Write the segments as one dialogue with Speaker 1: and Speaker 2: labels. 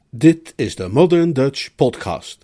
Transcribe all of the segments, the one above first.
Speaker 1: Dit is de Modern Dutch Podcast.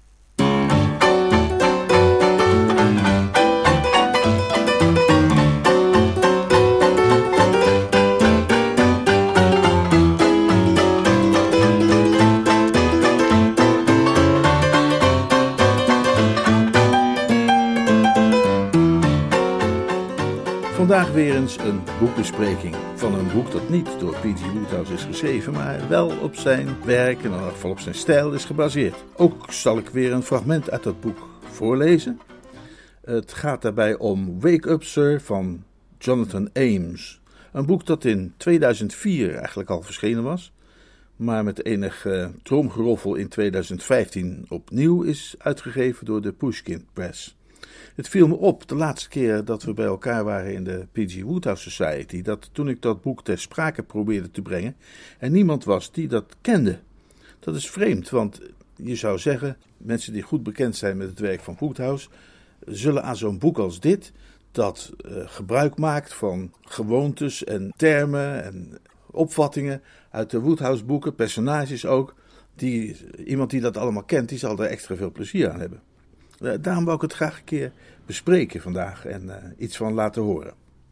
Speaker 1: Vandaag weer eens een boekbespreking van een boek dat niet door P.G. Wodehouse is geschreven, maar wel op zijn werk en in ieder geval op zijn stijl is gebaseerd. Ook zal ik weer een fragment uit dat boek voorlezen. Het gaat daarbij om Wake Up Sir van Jonathan Ames. Een boek dat in 2004 eigenlijk al verschenen was, maar met enig tromgeroffel in 2015 opnieuw is uitgegeven door de Pushkin Press. Het viel me op de laatste keer dat we bij elkaar waren in de P.G. Wodehouse Society, dat toen ik dat boek ter sprake probeerde te brengen, er niemand was die dat kende. Dat is vreemd, want je zou zeggen, mensen die goed bekend zijn met het werk van Wodehouse, zullen aan zo'n boek als dit, dat gebruik maakt van gewoontes en termen en opvattingen uit de Wodehouse boeken, personages ook, iemand die dat allemaal kent, die zal er extra veel plezier aan hebben. Daarom wou ik het graag een keer bespreken vandaag en iets van laten horen.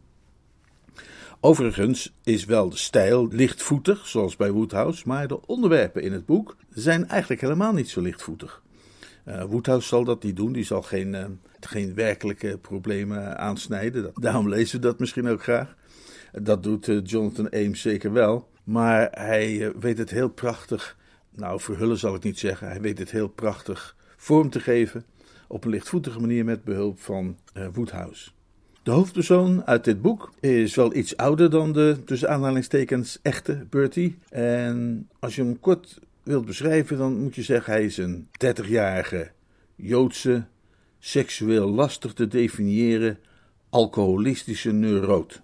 Speaker 1: Overigens is wel de stijl lichtvoetig, zoals bij Wodehouse, maar de onderwerpen in het boek zijn eigenlijk helemaal niet zo lichtvoetig. Wodehouse zal dat niet doen, die zal geen werkelijke problemen aansnijden. Daarom lezen we dat misschien ook graag. Dat doet Jonathan Ames zeker wel, maar hij weet het heel prachtig, verhullen zal ik niet zeggen, hij weet het heel prachtig vorm te geven op een lichtvoetige manier met behulp van Wodehouse. De hoofdpersoon uit dit boek is wel iets ouder dan de, tussen aanhalingstekens, echte Bertie. En als je hem kort wilt beschrijven, dan moet je zeggen hij is een 30-jarige Joodse, seksueel lastig te definiëren, alcoholistische neuroot.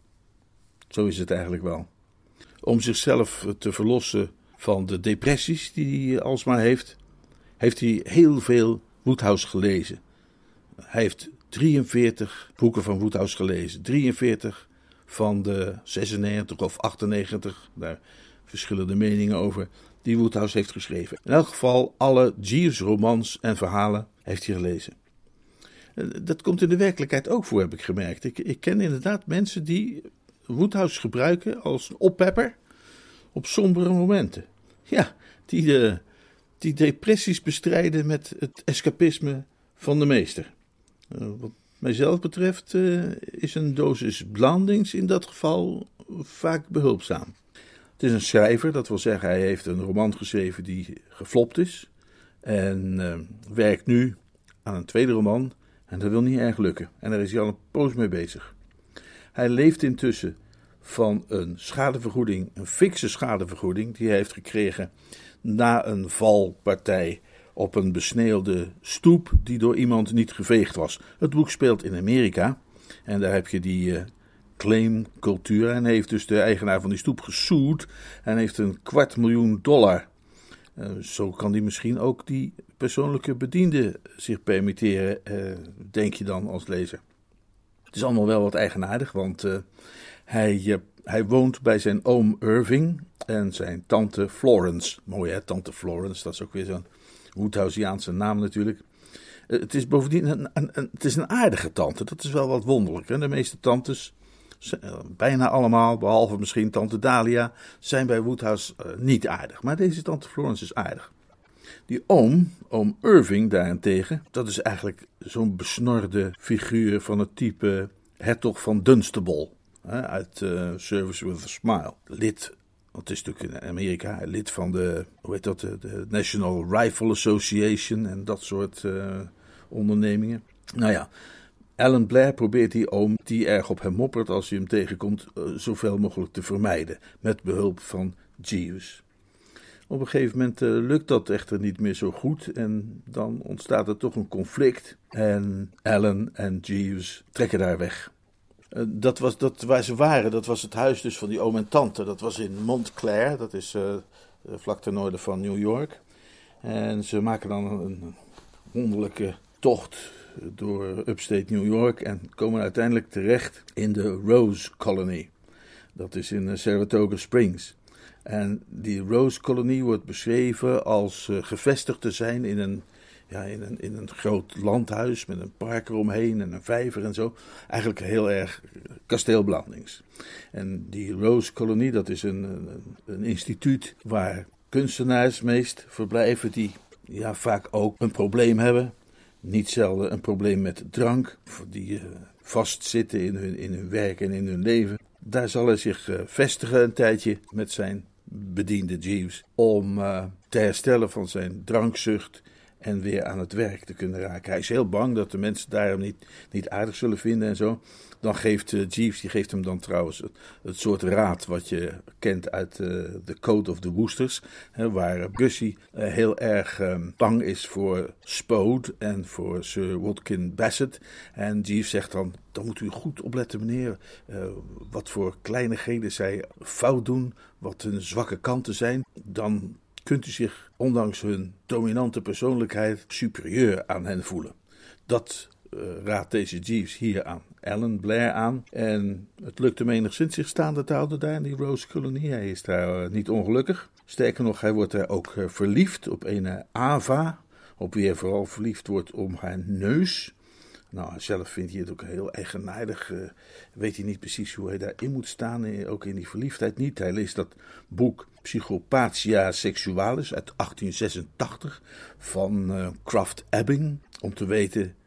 Speaker 1: Zo is het eigenlijk wel. Om zichzelf te verlossen van de depressies die hij alsmaar heeft hij heel veel Wodehouse gelezen. Hij heeft 43 boeken van Wodehouse gelezen. 43 van de 96 of 98, daar verschillende meningen over, die Wodehouse heeft geschreven. In elk geval alle Jeeves romans en verhalen heeft hij gelezen. Dat komt in de werkelijkheid ook voor, heb ik gemerkt. Ik ken inderdaad mensen die Wodehouse gebruiken als oppepper op sombere momenten. Ja, die depressies bestrijden met het escapisme van de meester. Wat mijzelf betreft is een dosis Blandings in dat geval vaak behulpzaam. Het is een schrijver, dat wil zeggen hij heeft een roman geschreven die geflopt is. En werkt nu aan een tweede roman en dat wil niet erg lukken. En daar is hij al een poos mee bezig. Hij leeft intussen van een schadevergoeding, een fikse schadevergoeding die hij heeft gekregen na een valpartij op een besneeuwde stoep die door iemand niet geveegd was. Het boek speelt in Amerika en daar heb je die claimcultuur en heeft dus de eigenaar van die stoep gesued en heeft $250.000. Zo kan die misschien ook die persoonlijke bediende zich permitteren, denk je dan als lezer. Het is allemaal wel wat eigenaardig, want hij woont bij zijn oom Irving en zijn tante Florence. Mooi hè, tante Florence, dat is ook weer zo'n Wodehousiaanse naam natuurlijk. Het is bovendien het is een aardige tante, dat is wel wat wonderlijk. Hè? De meeste tantes, bijna allemaal, behalve misschien tante Dahlia, zijn bij Wodehouse niet aardig. Maar deze tante Florence is aardig. Die oom Irving daarentegen, dat is eigenlijk zo'n besnorde figuur van het type hertog van Dunstable. Uit Service with a Smile. Lid, want het is natuurlijk in Amerika, lid van de National Rifle Association en dat soort ondernemingen. Nou ja, Alan Blair probeert die oom, die erg op hem moppert als hij hem tegenkomt, zoveel mogelijk te vermijden, met behulp van Jeeves. Op een gegeven moment lukt dat echter niet meer zo goed en dan ontstaat er toch een conflict en Alan en Jeeves trekken daar weg. Dat waar ze waren, dat was het huis dus van die oom en tante. Dat was in Montclair, dat is vlak ten noorden van New York. En ze maken dan een wonderlijke tocht door upstate New York en komen uiteindelijk terecht in de Rose Colony. Dat is in Saratoga Springs. En die Rose-kolonie wordt beschreven als gevestigd te zijn in een groot landhuis met een park eromheen en een vijver en zo. Eigenlijk heel erg kasteelblandings. En die Rose-kolonie, dat is een instituut waar kunstenaars meest verblijven die vaak ook een probleem hebben. Niet zelden een probleem met drank, die vastzitten in hun werk en in hun leven. Daar zal hij zich vestigen een tijdje met zijn bediende Jeeves om te herstellen van zijn drankzucht en weer aan het werk te kunnen raken. Hij is heel bang dat de mensen daar hem niet aardig zullen vinden en zo. Dan geeft Jeeves, die geeft hem dan trouwens het soort raad wat je kent uit The Code of the Woosters. Waar Gussie heel erg bang is voor Spode en voor Sir Watkin Bassett. En Jeeves zegt dan moet u goed opletten meneer. Wat voor kleinigheden zij fout doen, wat hun zwakke kanten zijn. Dan kunt u zich ondanks hun dominante persoonlijkheid superieur aan hen voelen. Dat raadt deze Jeeves hier aan Alan Blair aan. En het lukt hem enigszins zich staande te houden daar in die Rose-kolonie. Hij is daar niet ongelukkig. Sterker nog, hij wordt daar ook verliefd op een Ava, op wie hij vooral verliefd wordt om haar neus. Nou, zelf vindt hij het ook heel eigenaardig. Weet hij niet precies hoe hij daarin moet staan, ook in die verliefdheid niet. Hij leest dat boek Psychopathia Sexualis uit 1886 van Krafft Ebing, om te weten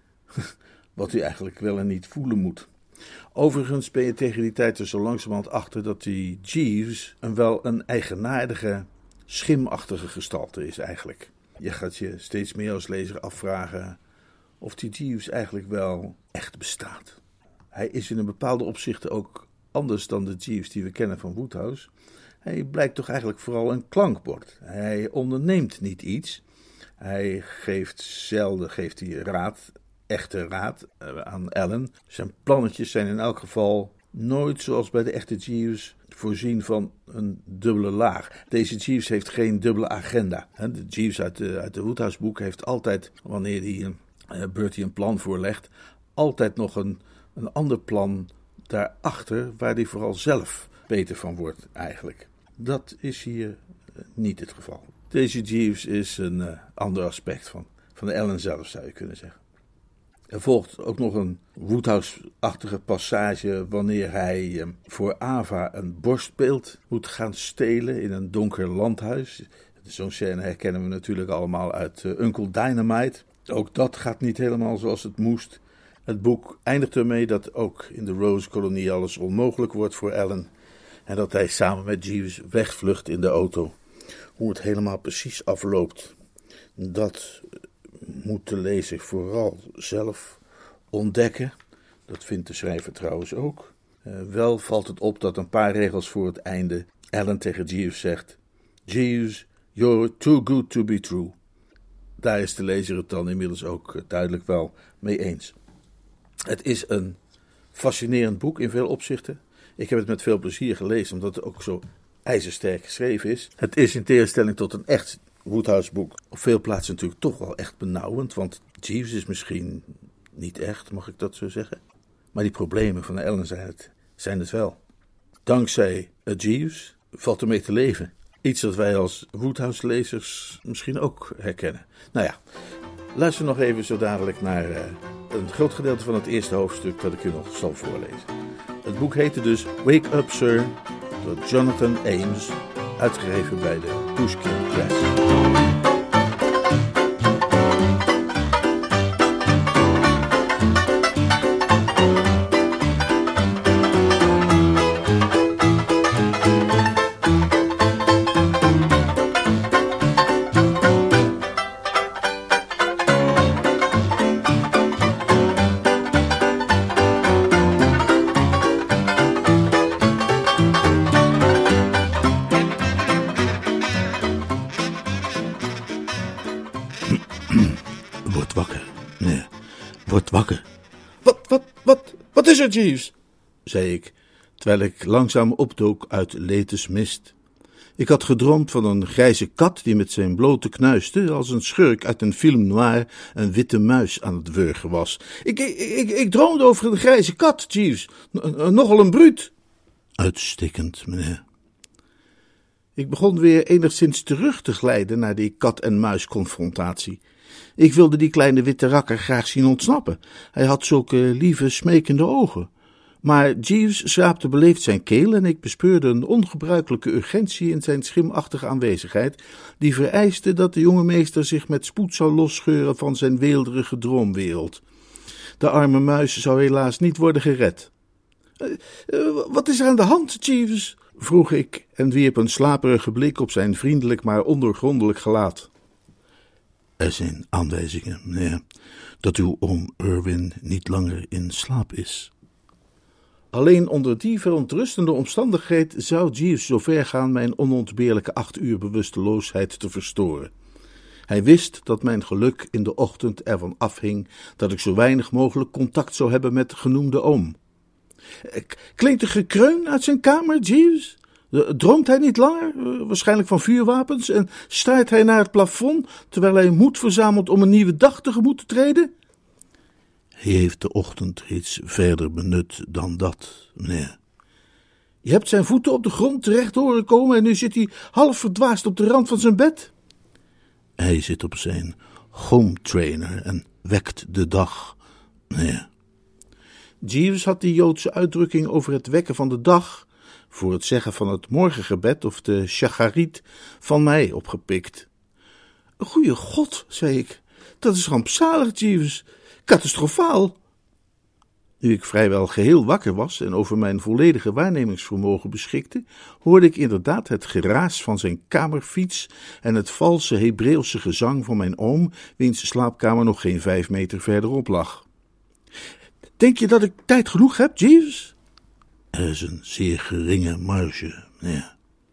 Speaker 1: wat hij eigenlijk wel en niet voelen moet. Overigens ben je tegen die tijd er zo langzamerhand achter dat die Jeeves wel een eigenaardige, schimachtige gestalte is eigenlijk. Je gaat je steeds meer als lezer afvragen of die Jeeves eigenlijk wel echt bestaat. Hij is in een bepaalde opzichten ook anders dan de Jeeves die we kennen van Woodhouse. Hij blijkt toch eigenlijk vooral een klankbord. Hij onderneemt niet iets. Hij geeft raad, echte raad aan Alan. Zijn plannetjes zijn in elk geval nooit zoals bij de echte Jeeves voorzien van een dubbele laag. Deze Jeeves heeft geen dubbele agenda. De Jeeves uit de Woodhouse boek heeft altijd, wanneer hij Bertie een plan voorlegt, altijd nog een ander plan daarachter waar hij vooral zelf beter van wordt eigenlijk. Dat is hier niet het geval. Deze Jeeves is een ander aspect van de Alan zelf, zou je kunnen zeggen. Er volgt ook nog een Woodhouse-achtige passage wanneer hij voor Ava een borstbeeld moet gaan stelen in een donker landhuis. Zo'n scène herkennen we natuurlijk allemaal uit Uncle Dynamite. Ook dat gaat niet helemaal zoals het moest. Het boek eindigt ermee dat ook in de Rose-kolonie alles onmogelijk wordt voor Alan. En dat hij samen met Jeeves wegvlucht in de auto. Hoe het helemaal precies afloopt, dat moet de lezer vooral zelf ontdekken. Dat vindt de schrijver trouwens ook. Wel valt het op dat een paar regels voor het einde Alan tegen Jeeves zegt: Jeeves, you're too good to be true. Daar is de lezer het dan inmiddels ook duidelijk wel mee eens. Het is een fascinerend boek in veel opzichten. Ik heb het met veel plezier gelezen, omdat het ook zo ijzersterk geschreven is. Het is in tegenstelling tot een echt Woodhouse boek op veel plaatsen natuurlijk toch wel echt benauwend, want Jeeves is misschien niet echt, mag ik dat zo zeggen. Maar die problemen van Alan zijn het wel. Dankzij Jeeves valt ermee te leven. Iets dat wij als Woodhouse-lezers misschien ook herkennen. Nou ja, luister nog even zo dadelijk naar een groot gedeelte van het eerste hoofdstuk dat ik u nog zal voorlezen. Het boek heette dus Wake Up Sir, door Jonathan Ames, uitgegeven bij de Pushkin Press. Word wakker. Wat is er, Jeeves? Zei ik, terwijl ik langzaam opdook uit Lethe's mist. Ik had gedroomd van een grijze kat die met zijn blote knuisten als een schurk uit een film noir een witte muis aan het wurgen was. Ik droomde over een grijze kat, Jeeves. Nogal een bruut. Uitstekend, meneer. Ik begon weer enigszins terug te glijden naar die kat-en-muis-confrontatie. Ik wilde die kleine witte rakker graag zien ontsnappen. Hij had zulke lieve, smekende ogen. Maar Jeeves schraapte beleefd zijn keel en ik bespeurde een ongebruikelijke urgentie in zijn schimachtige aanwezigheid, die vereiste dat de jonge meester zich met spoed zou losscheuren van zijn weelderige droomwereld. De arme muis zou helaas niet worden gered. Wat is er aan de hand, Jeeves? Vroeg ik en wierp een slaperige blik op zijn vriendelijk maar ondoorgrondelijk gelaat. Er zijn aanwijzingen, meneer, dat uw oom Irwin niet langer in slaap is. Alleen onder die verontrustende omstandigheid zou Jeeves zo ver gaan mijn onontbeerlijke 8 uur bewusteloosheid te verstoren. Hij wist dat mijn geluk in de ochtend ervan afhing dat ik zo weinig mogelijk contact zou hebben met de genoemde oom. Klinkt er gekreun uit zijn kamer, Jeeves? Droomt hij niet langer, waarschijnlijk van vuurwapens, en staart hij naar het plafond terwijl hij moed verzamelt om een nieuwe dag tegemoet te treden? Hij heeft de ochtend reeds verder benut dan dat, meneer. Je hebt zijn voeten op de grond terecht horen komen en nu zit hij half verdwaasd op de rand van zijn bed? Hij zit op zijn home trainer en wekt de dag, meneer. Jeeves had die Joodse uitdrukking over het wekken van de dag, voor het zeggen van het morgengebed of de shacharit, van mij opgepikt. Goeie God, zei ik, dat is rampzalig, Jeeves, catastrofaal. Nu ik vrijwel geheel wakker was en over mijn volledige waarnemingsvermogen beschikte, hoorde ik inderdaad het geraas van zijn kamerfiets en het valse Hebreeuwse gezang van mijn oom, wiens slaapkamer nog geen 5 meter verderop lag. Denk je dat ik tijd genoeg heb, Jeeves? Er is een zeer geringe marge, meneer.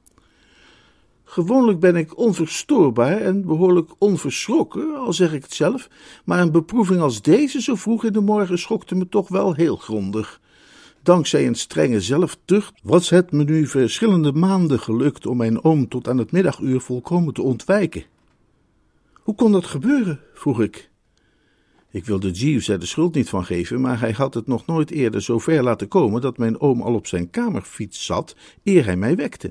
Speaker 1: Gewoonlijk ben ik onverstoorbaar en behoorlijk onverschrokken, al zeg ik het zelf, maar een beproeving als deze zo vroeg in de morgen schokte me toch wel heel grondig. Dankzij een strenge zelftucht was het me nu verschillende maanden gelukt om mijn oom tot aan het middaguur volkomen te ontwijken. Hoe kon dat gebeuren? Vroeg ik. Ik wilde Jeeves er de schuld niet van geven, maar hij had het nog nooit eerder zo ver laten komen dat mijn oom al op zijn kamerfiets zat, eer hij mij wekte.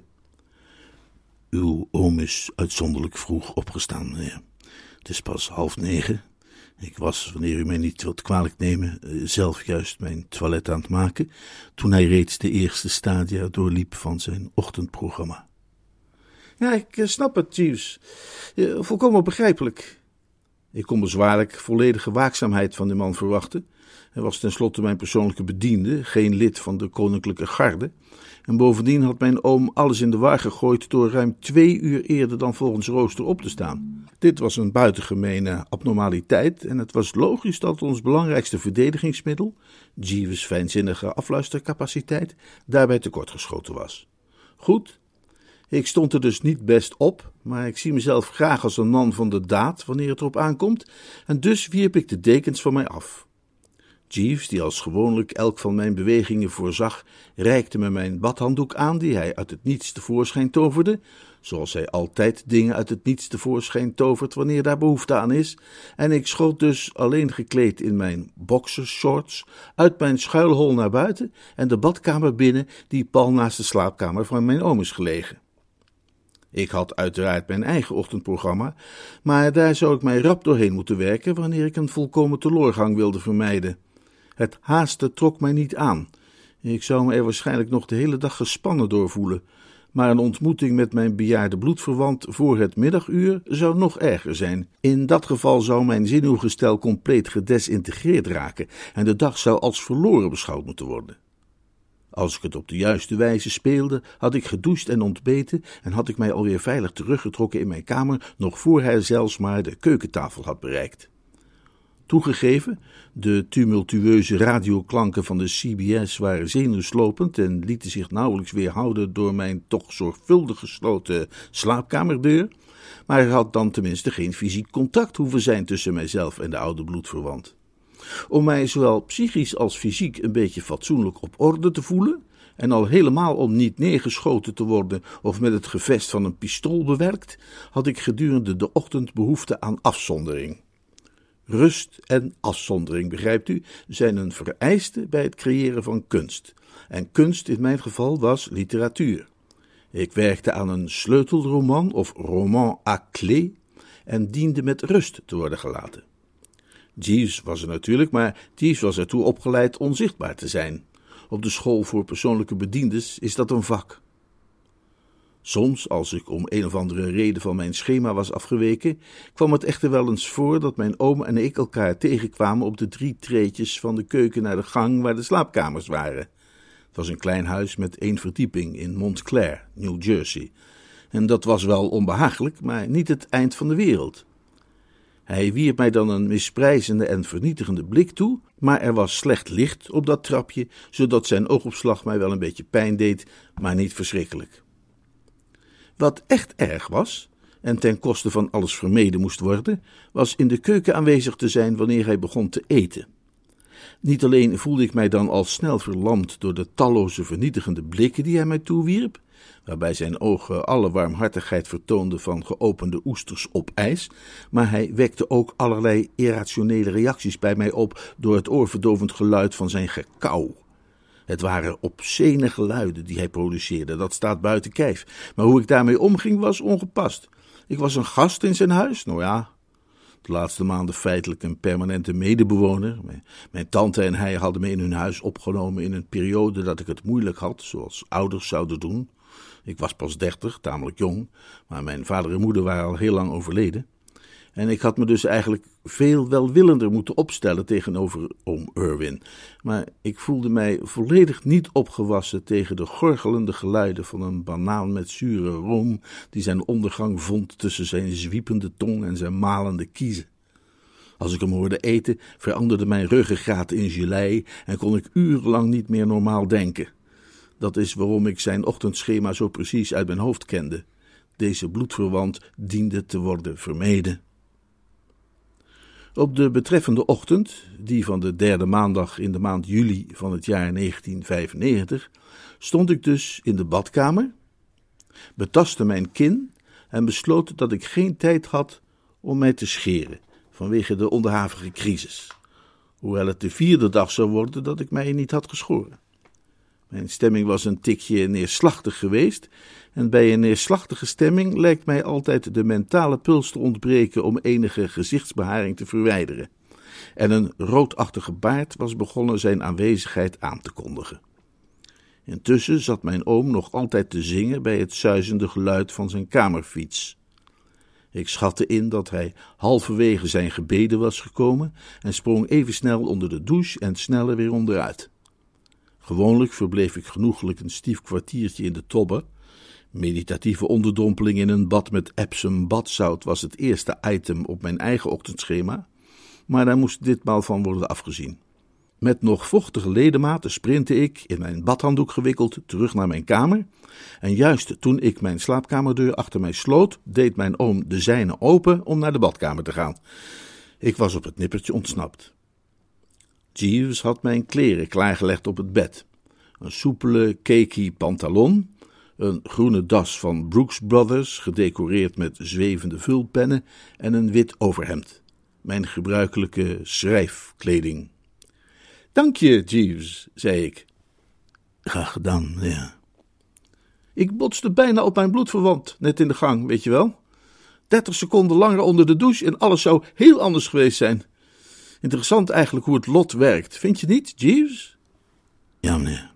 Speaker 1: Uw oom is uitzonderlijk vroeg opgestaan, meneer. Het is pas 8:30. Ik was, wanneer u mij niet wilt kwalijk nemen, zelf juist mijn toilet aan het maken, toen hij reeds de eerste stadia doorliep van zijn ochtendprogramma. Ja, ik snap het, Jeeves. Volkomen begrijpelijk. Ik kon bezwaarlijk volledige waakzaamheid van de man verwachten. Hij was tenslotte mijn persoonlijke bediende, geen lid van de koninklijke garde. En bovendien had mijn oom alles in de war gegooid door ruim 2 uur eerder dan volgens rooster op te staan. Dit was een buitengemene abnormaliteit en het was logisch dat ons belangrijkste verdedigingsmiddel, Jeeves' fijnzinnige afluistercapaciteit, daarbij tekortgeschoten was. Goed, ik stond er dus niet best op, maar ik zie mezelf graag als een man van de daad wanneer het erop aankomt, en dus wierp ik de dekens van mij af. Jeeves, die als gewoonlijk elk van mijn bewegingen voorzag, reikte me mijn badhanddoek aan, die hij uit het niets tevoorschijn toverde, zoals hij altijd dingen uit het niets tevoorschijn tovert wanneer daar behoefte aan is, en ik schoot dus, alleen gekleed in mijn boxershorts, uit mijn schuilhol naar buiten en de badkamer binnen, die pal naast de slaapkamer van mijn oom is gelegen. Ik had uiteraard mijn eigen ochtendprogramma, maar daar zou ik mij rap doorheen moeten werken wanneer ik een volkomen teloorgang wilde vermijden. Het haasten trok mij niet aan. Ik zou me er waarschijnlijk nog de hele dag gespannen door voelen, maar een ontmoeting met mijn bejaarde bloedverwant voor het middaguur zou nog erger zijn. In dat geval zou mijn zenuwgestel compleet gedesintegreerd raken en de dag zou als verloren beschouwd moeten worden. Als ik het op de juiste wijze speelde, had ik gedoucht en ontbeten en had ik mij alweer veilig teruggetrokken in mijn kamer, nog voor hij zelfs maar de keukentafel had bereikt. Toegegeven, de tumultueuze radioklanken van de CBS waren zenuwslopend en lieten zich nauwelijks weerhouden door mijn toch zorgvuldig gesloten slaapkamerdeur, maar er had dan tenminste geen fysiek contact hoeven zijn tussen mijzelf en de oude bloedverwant. Om mij zowel psychisch als fysiek een beetje fatsoenlijk op orde te voelen, en al helemaal om niet neergeschoten te worden of met het gevest van een pistool bewerkt, had ik gedurende de ochtend behoefte aan afzondering. Rust en afzondering, begrijpt u, zijn een vereiste bij het creëren van kunst. En kunst in mijn geval was literatuur. Ik werkte aan een sleutelroman of roman à clé en diende met rust te worden gelaten. Jeeves was er natuurlijk, maar Jeeves was ertoe opgeleid onzichtbaar te zijn. Op de school voor persoonlijke bediendes is dat een vak. Soms, als ik om een of andere reden van mijn schema was afgeweken, kwam het echter wel eens voor dat mijn oom en ik elkaar tegenkwamen op de 3 treetjes van de keuken naar de gang waar de slaapkamers waren. Het was een klein huis met 1 verdieping in Montclair, New Jersey. En dat was wel onbehagelijk, maar niet het eind van de wereld. Hij wierp mij dan een misprijzende en vernietigende blik toe, maar er was slecht licht op dat trapje, zodat zijn oogopslag mij wel een beetje pijn deed, maar niet verschrikkelijk. Wat echt erg was, en ten koste van alles vermeden moest worden, was in de keuken aanwezig te zijn wanneer hij begon te eten. Niet alleen voelde ik mij dan al snel verlamd door de talloze vernietigende blikken die hij mij toewierp, waarbij zijn ogen alle warmhartigheid vertoonden van geopende oesters op ijs, maar hij wekte ook allerlei irrationele reacties bij mij op door het oorverdovend geluid van zijn gekauw. Het waren obscene geluiden die hij produceerde, dat staat buiten kijf, maar hoe ik daarmee omging was ongepast. Ik was een gast in zijn huis, nou ja, de laatste maanden feitelijk een permanente medebewoner. Mijn tante en hij hadden me in hun huis opgenomen in een periode dat ik het moeilijk had, zoals ouders zouden doen. Ik was pas 30, tamelijk jong, maar mijn vader en moeder waren al heel lang overleden. En ik had me dus eigenlijk veel welwillender moeten opstellen tegenover oom Irwin. Maar ik voelde mij volledig niet opgewassen tegen de gorgelende geluiden van een banaan met zure room die zijn ondergang vond tussen zijn zwiepende tong en zijn malende kiezen. Als ik hem hoorde eten, veranderde mijn ruggengraat in gelei en kon ik urenlang niet meer normaal denken. Dat is waarom ik zijn ochtendschema zo precies uit mijn hoofd kende. Deze bloedverwant diende te worden vermeden. Op de betreffende ochtend, die van de 3e maandag in de maand juli van het jaar 1995, stond ik dus in de badkamer, betastte mijn kin en besloot dat ik geen tijd had om mij te scheren vanwege de onderhavige crisis, hoewel het de 4e dag zou worden dat ik mij niet had geschoren. Mijn stemming was een tikje neerslachtig geweest en bij een neerslachtige stemming lijkt mij altijd de mentale puls te ontbreken om enige gezichtsbeharing te verwijderen. En een roodachtige baard was begonnen zijn aanwezigheid aan te kondigen. Intussen zat mijn oom nog altijd te zingen bij het suizende geluid van zijn kamerfiets. Ik schatte in dat hij halverwege zijn gebeden was gekomen en sprong even snel onder de douche en sneller weer onderuit. Gewoonlijk verbleef ik genoeglijk een stief kwartiertje in de tobbe. Meditatieve onderdompeling in een bad met Epsom badzout was het eerste item op mijn eigen ochtendschema, maar daar moest ditmaal van worden afgezien. Met nog vochtige ledematen sprintte ik, in mijn badhanddoek gewikkeld, terug naar mijn kamer, en juist toen ik mijn slaapkamerdeur achter mij sloot, deed mijn oom de zijne open om naar de badkamer te gaan. Ik was op het nippertje ontsnapt. Jeeves had mijn kleren klaargelegd op het bed. Een soepele, cakey pantalon, een groene das van Brooks Brothers, gedecoreerd met zwevende vulpennen, en een wit overhemd. Mijn gebruikelijke schrijfkleding. Dank je, Jeeves, zei ik. Graag gedaan, ja. Ik botste bijna op mijn bloedverwant, net in de gang, weet je wel. 30 seconden langer onder de douche en alles zou heel anders geweest zijn. Interessant eigenlijk hoe het lot werkt, vind je niet, Jeeves? Ja, meneer.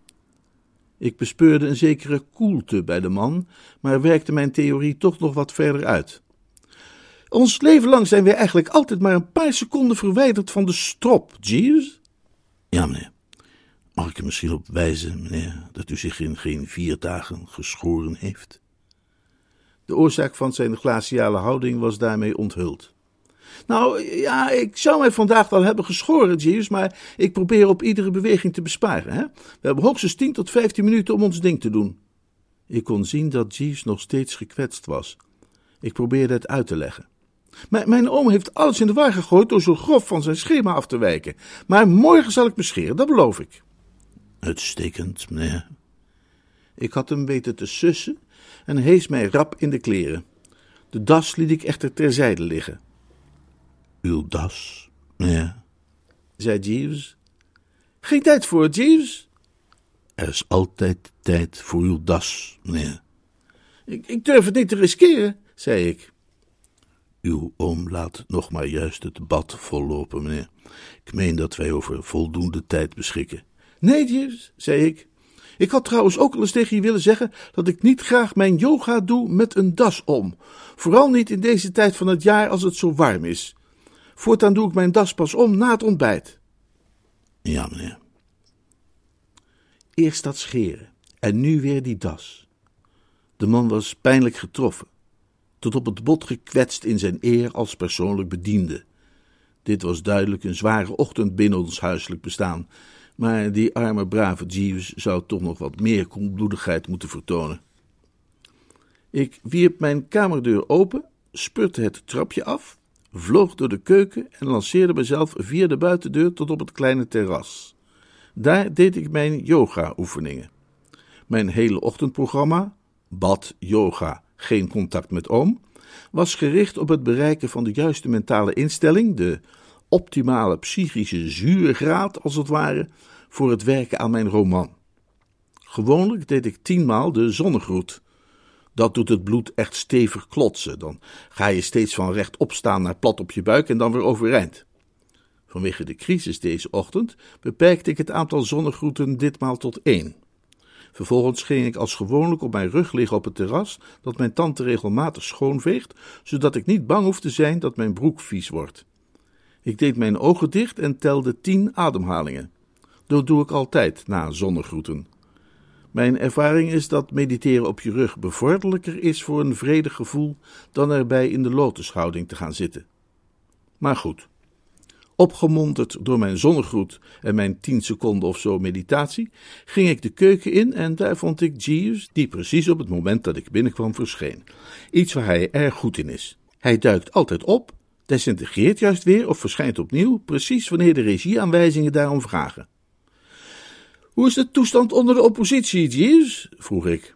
Speaker 1: Ik bespeurde een zekere koelte bij de man, maar werkte mijn theorie toch nog wat verder uit. Ons leven lang zijn wij eigenlijk altijd maar een paar seconden verwijderd van de strop, Jeeves? Ja, meneer. Mag ik er misschien op wijzen, meneer, dat u zich in geen 4 dagen geschoren heeft? De oorzaak van zijn glaciale houding was daarmee onthuld. Nou, ja, ik zou mij vandaag wel hebben geschoren, Jeeves, maar ik probeer op iedere beweging te besparen, hè? We hebben hoogstens 10 tot 15 minuten om ons ding te doen. Ik kon zien dat Jeeves nog steeds gekwetst was. Ik probeerde het uit te leggen. Mijn oom heeft alles in de war gegooid door zo grof van zijn schema af te wijken. Maar morgen zal ik me scheren, dat beloof ik. Uitstekend, meneer. Ik had hem weten te sussen en hees mij rap in de kleren. De das liet ik echter terzijde liggen. Uw das, meneer, zei Jeeves. Geen tijd voor, Jeeves? Er is altijd tijd voor uw das, meneer, Ik durf het niet te riskeren, zei ik. Uw oom laat nog maar juist het bad vollopen, meneer. Ik meen dat wij over voldoende tijd beschikken. Nee, Jeeves, zei ik. Ik had trouwens ook al eens tegen je willen zeggen dat ik niet graag mijn yoga doe met een das om. Vooral niet in deze tijd van het jaar als het zo warm is. Voortaan doe ik mijn das pas om na het ontbijt. Ja, meneer. Eerst dat scheren en nu weer die das. De man was pijnlijk getroffen, tot op het bot gekwetst in zijn eer als persoonlijk bediende. Dit was duidelijk een zware ochtend binnen ons huiselijk bestaan, maar die arme brave Jeeves zou toch nog wat meer koelbloedigheid moeten vertonen. Ik wierp mijn kamerdeur open, spurte het trapje af, vloog door de keuken en lanceerde mezelf via de buitendeur tot op het kleine terras. Daar deed ik mijn yoga-oefeningen. Mijn hele ochtendprogramma, bad, yoga, geen contact met oom, was gericht op het bereiken van de juiste mentale instelling, de optimale psychische zuurgraad, als het ware, voor het werken aan mijn roman. Gewoonlijk deed ik 10 maal de zonnegroet. Dat doet het bloed echt stevig klotsen. Dan ga je steeds van rechtop staan naar plat op je buik en dan weer overeind. Vanwege de crisis deze ochtend beperkte ik het aantal zonnegroeten ditmaal tot 1. Vervolgens ging ik als gewoonlijk op mijn rug liggen op het terras, dat mijn tante regelmatig schoonveegt, zodat ik niet bang hoef te zijn dat mijn broek vies wordt. Ik deed mijn ogen dicht en telde 10 ademhalingen. Dat doe ik altijd na zonnegroeten. Mijn ervaring is dat mediteren op je rug bevorderlijker is voor een vredig gevoel dan erbij in de lotushouding te gaan zitten. Maar goed, opgemonterd door mijn zonnegroet en mijn 10 seconden of zo meditatie, ging ik de keuken in en daar vond ik Jeeves, die precies op het moment dat ik binnenkwam verscheen. Iets waar hij erg goed in is. Hij duikt altijd op, desintegreert juist weer of verschijnt opnieuw, precies wanneer de regieaanwijzingen daarom vragen. Hoe is de toestand onder de oppositie, Jeeves? Vroeg ik.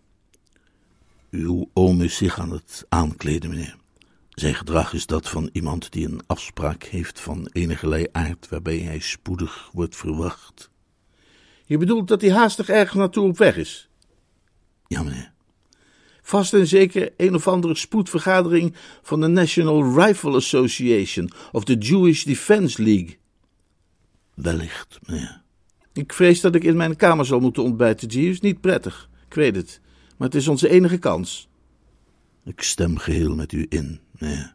Speaker 1: Uw oom is zich aan het aankleden, meneer. Zijn gedrag is dat van iemand die een afspraak heeft van enigerlei aard waarbij hij spoedig wordt verwacht. Je bedoelt dat hij haastig ergens naartoe op weg is? Ja, meneer. Vast en zeker een of andere spoedvergadering van de National Rifle Association of de Jewish Defense League. Wellicht, meneer. Ik vrees dat ik in mijn kamer zal moeten ontbijten, Jeeves. Niet prettig, ik weet het, maar het is onze enige kans. Ik stem geheel met u in, meneer.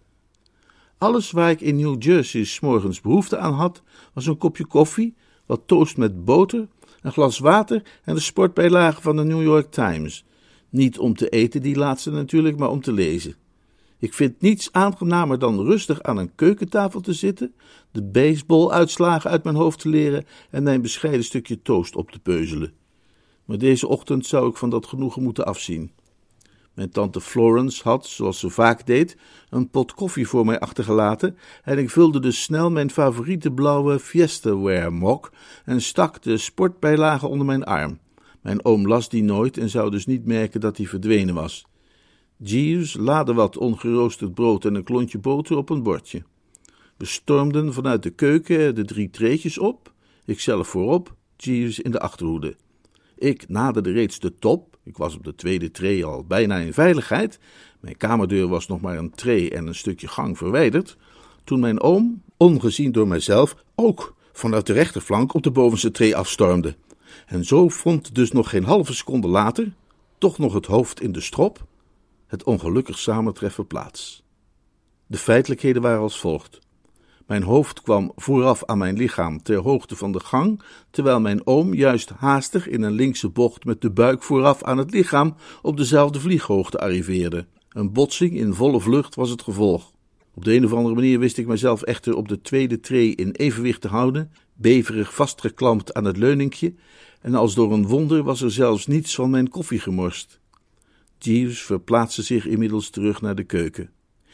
Speaker 1: Alles waar ik in New Jersey 's morgens behoefte aan had, was een kopje koffie, wat toast met boter, een glas water en de sportbijlage van de New York Times. Niet om te eten, die laatste natuurlijk, maar om te lezen. Ik vind niets aangenamer dan rustig aan een keukentafel te zitten, de baseballuitslagen uit mijn hoofd te leren en mijn bescheiden stukje toast op te peuzelen. Maar deze ochtend zou ik van dat genoegen moeten afzien. Mijn tante Florence had, zoals ze vaak deed, een pot koffie voor mij achtergelaten en ik vulde dus snel mijn favoriete blauwe Fiestaware mok en stak de sportbijlage onder mijn arm. Mijn oom las die nooit en zou dus niet merken dat die verdwenen was. Jeeves laadde wat ongeroosterd brood en een klontje boter op een bordje. We stormden vanuit de keuken de 3 treetjes op, ikzelf voorop, Jeeves in de achterhoede. Ik naderde reeds de top, ik was op de 2e tree al bijna in veiligheid, mijn kamerdeur was nog maar een tree en een stukje gang verwijderd, toen mijn oom, ongezien door mijzelf, ook vanuit de rechterflank op de bovenste tree afstormde. En zo vond dus nog geen halve seconde later, toch nog het hoofd in de strop, het ongelukkig samentreffen plaats. De feitelijkheden waren als volgt. Mijn hoofd kwam vooraf aan mijn lichaam ter hoogte van de gang, terwijl mijn oom juist haastig in een linkse bocht met de buik vooraf aan het lichaam op dezelfde vlieghoogte arriveerde. Een botsing in volle vlucht was het gevolg. Op de een of andere manier wist ik mezelf echter op de 2e tree in evenwicht te houden, beverig vastgeklampt aan het leuninkje, en als door een wonder was er zelfs niets van mijn koffie gemorst. Jeeves verplaatste zich inmiddels terug naar de keuken.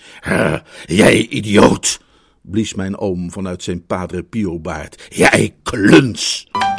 Speaker 1: Jij idioot, blies mijn oom vanuit zijn Padre Pio baard. Jij kluns!